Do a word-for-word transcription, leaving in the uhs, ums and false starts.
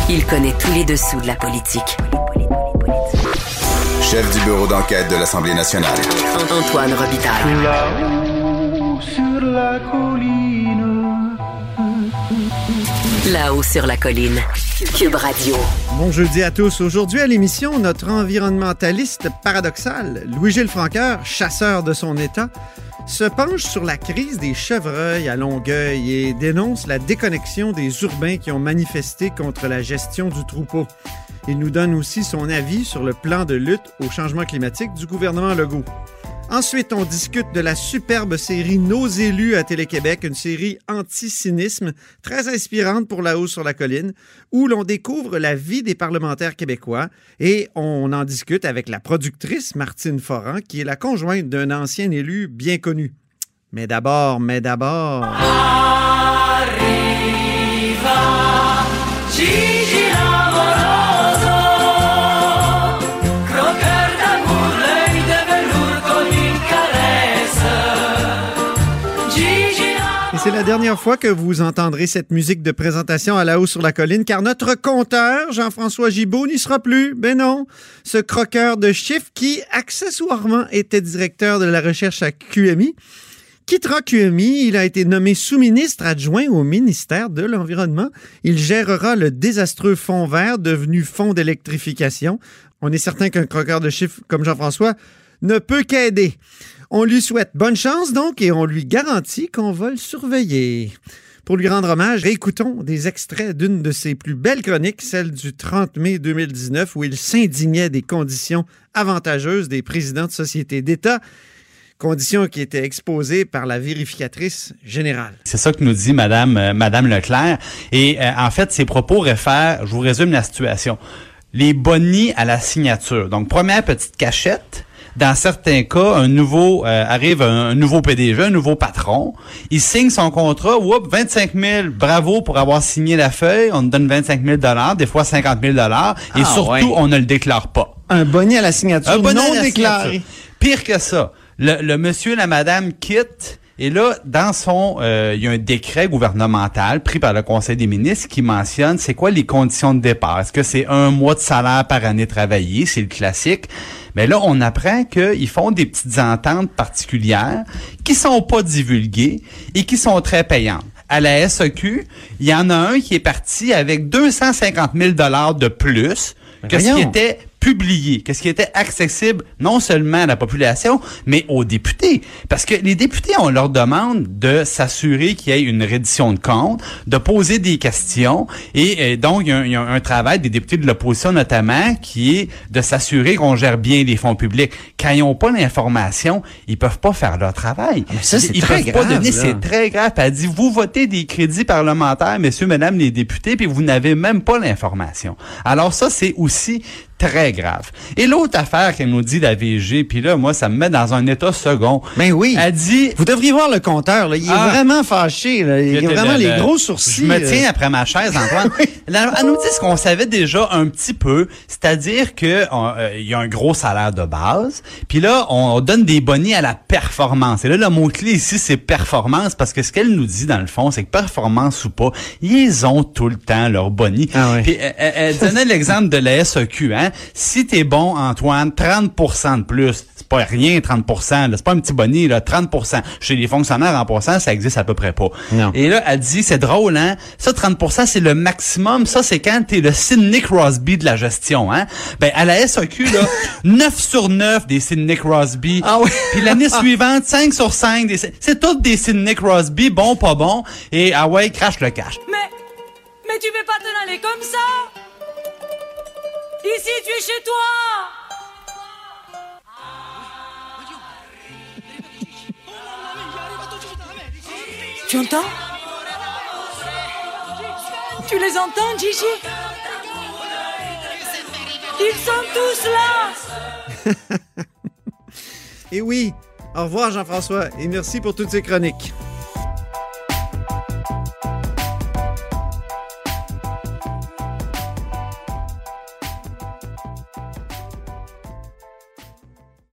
Il connaît tous les dessous de la politique. Chef du bureau d'enquête de l'Assemblée nationale. Antoine Robitaille. Là-haut sur la colline. Là-haut sur la colline. Cube Radio. Bon jeudi à tous. Aujourd'hui à l'émission, notre environnementaliste paradoxal, Louis-Gilles Franqueur, chasseur de son État, se penche sur la crise des chevreuils à Longueuil et dénonce la déconnexion des urbains qui ont manifesté contre la gestion du troupeau. Il nous donne aussi son avis sur le plan de lutte au changement climatique du gouvernement Legault. Ensuite, on discute de la superbe série Nos élus à Télé-Québec, une série anti-cynisme très inspirante pour Là-haut sur la colline, où l'on découvre la vie des parlementaires québécois et on en discute avec la productrice Martine Foran, qui est la conjointe d'un ancien élu bien connu. Mais d'abord, mais d'abord... Arriva Gigi l'amoroso, croqueur d'amour, l'œil de velours comme une caresse. Gigi l'amoroso. Et c'est la dernière fois que vous entendrez cette musique de présentation à Là-haut sur la colline, car notre compteur, Jean-François Gibault, n'y sera plus. Ben non, ce croqueur de chiffres qui, accessoirement, était directeur de la recherche à Q M I, quittera Q M I, il a été nommé sous-ministre adjoint au ministère de l'Environnement. Il gérera le désastreux fonds vert devenu fonds d'électrification. On est certain qu'un croqueur de chiffres comme Jean-François ne peut qu'aider. On lui souhaite bonne chance donc et on lui garantit qu'on va le surveiller. Pour lui rendre hommage, réécoutons des extraits d'une de ses plus belles chroniques, celle du trente mai deux mille dix-neuf, où il s'indignait des conditions avantageuses des présidents de sociétés d'État. Conditions qui étaient exposées par la vérificatrice générale. C'est ça que nous dit Madame, euh, Madame Leclerc. Et euh, en fait, ses propos réfèrent, je vous résume la situation, les bonnies à la signature. Donc, première petite cachette. Dans certains cas, un nouveau euh, arrive un, un nouveau P D G, un nouveau patron. Il signe son contrat, whoop, vingt-cinq mille, bravo pour avoir signé la feuille. On nous donne vingt-cinq mille dollars, des fois cinquante mille dollars. Et ah, surtout, ouais. On ne le déclare pas. Un bonnet à la signature un bonnet non à la déclaré. Signature. Pire que ça. Le, le monsieur, la madame quitte, et là, dans son, euh, il y a un décret gouvernemental pris par le Conseil des ministres qui mentionne c'est quoi les conditions de départ. Est-ce que c'est un mois de salaire par année travaillée? C'est le classique. Mais là, on apprend qu'ils font des petites ententes particulières qui sont pas divulguées et qui sont très payantes. À la S E Q, il y en a un qui est parti avec deux cent cinquante mille dollars de plus que ce qui était publié, que ce qui était accessible non seulement à la population, mais aux députés. Parce que les députés, on leur demande de s'assurer qu'il y ait une reddition de comptes, de poser des questions, et, et donc il y, a un, il y a un travail des députés de l'opposition notamment qui est de s'assurer qu'on gère bien les fonds publics. Quand ils n'ont pas l'information, ils peuvent pas faire leur travail. Mais ça, c'est ils très peuvent grave, pas donner, là. c'est très grave. Elle dit, vous votez des crédits parlementaires, messieurs, mesdames les députés, puis vous n'avez même pas l'information. Alors ça, c'est aussi très grave. Et l'autre affaire qu'elle nous dit, la V G, puis là, moi, ça me met dans un état second. Ben oui. Elle dit... Vous devriez voir le compteur, là. Il est ah, vraiment fâché, là. Il a vraiment le, les gros sourcils. Je me tiens là. Après ma chaise, Antoine. Oui. Elle nous dit ce qu'on savait déjà un petit peu, c'est-à-dire que euh, il y a un gros salaire de base, puis là, on donne des bonnies à la performance. Et là, le mot-clé ici, c'est performance, parce que ce qu'elle nous dit, dans le fond, c'est que performance ou pas, ils ont tout le temps leurs bonnies. Ah oui. Puis elle, elle donnait l'exemple de la S E Q, hein. Si t'es bon, Antoine, trente pour cent de plus, c'est pas rien, trente pour cent, là, c'est pas un petit bonnet, là, trente pour cent. Chez les fonctionnaires en passant, ça existe à peu près pas. Non. Et là, elle dit, c'est drôle, hein? Ça, trente pour cent, c'est le maximum. Ça, c'est quand t'es le Sidney Crosby de la gestion, hein? Ben, à la S E Q, là, neuf sur neuf des Sidney Crosby. Ah oui. Puis l'année suivante, cinq sur cinq des, c'est toutes des Sidney Crosby, bon, pas bon. Et, ah ouais, crache le cash. Mais, mais tu veux pas t'en aller comme ça? Ici, tu es chez toi. Tu entends? Tu les entends, Gigi? Ils sont tous là. Et oui, au revoir Jean-François et merci pour toutes ces chroniques.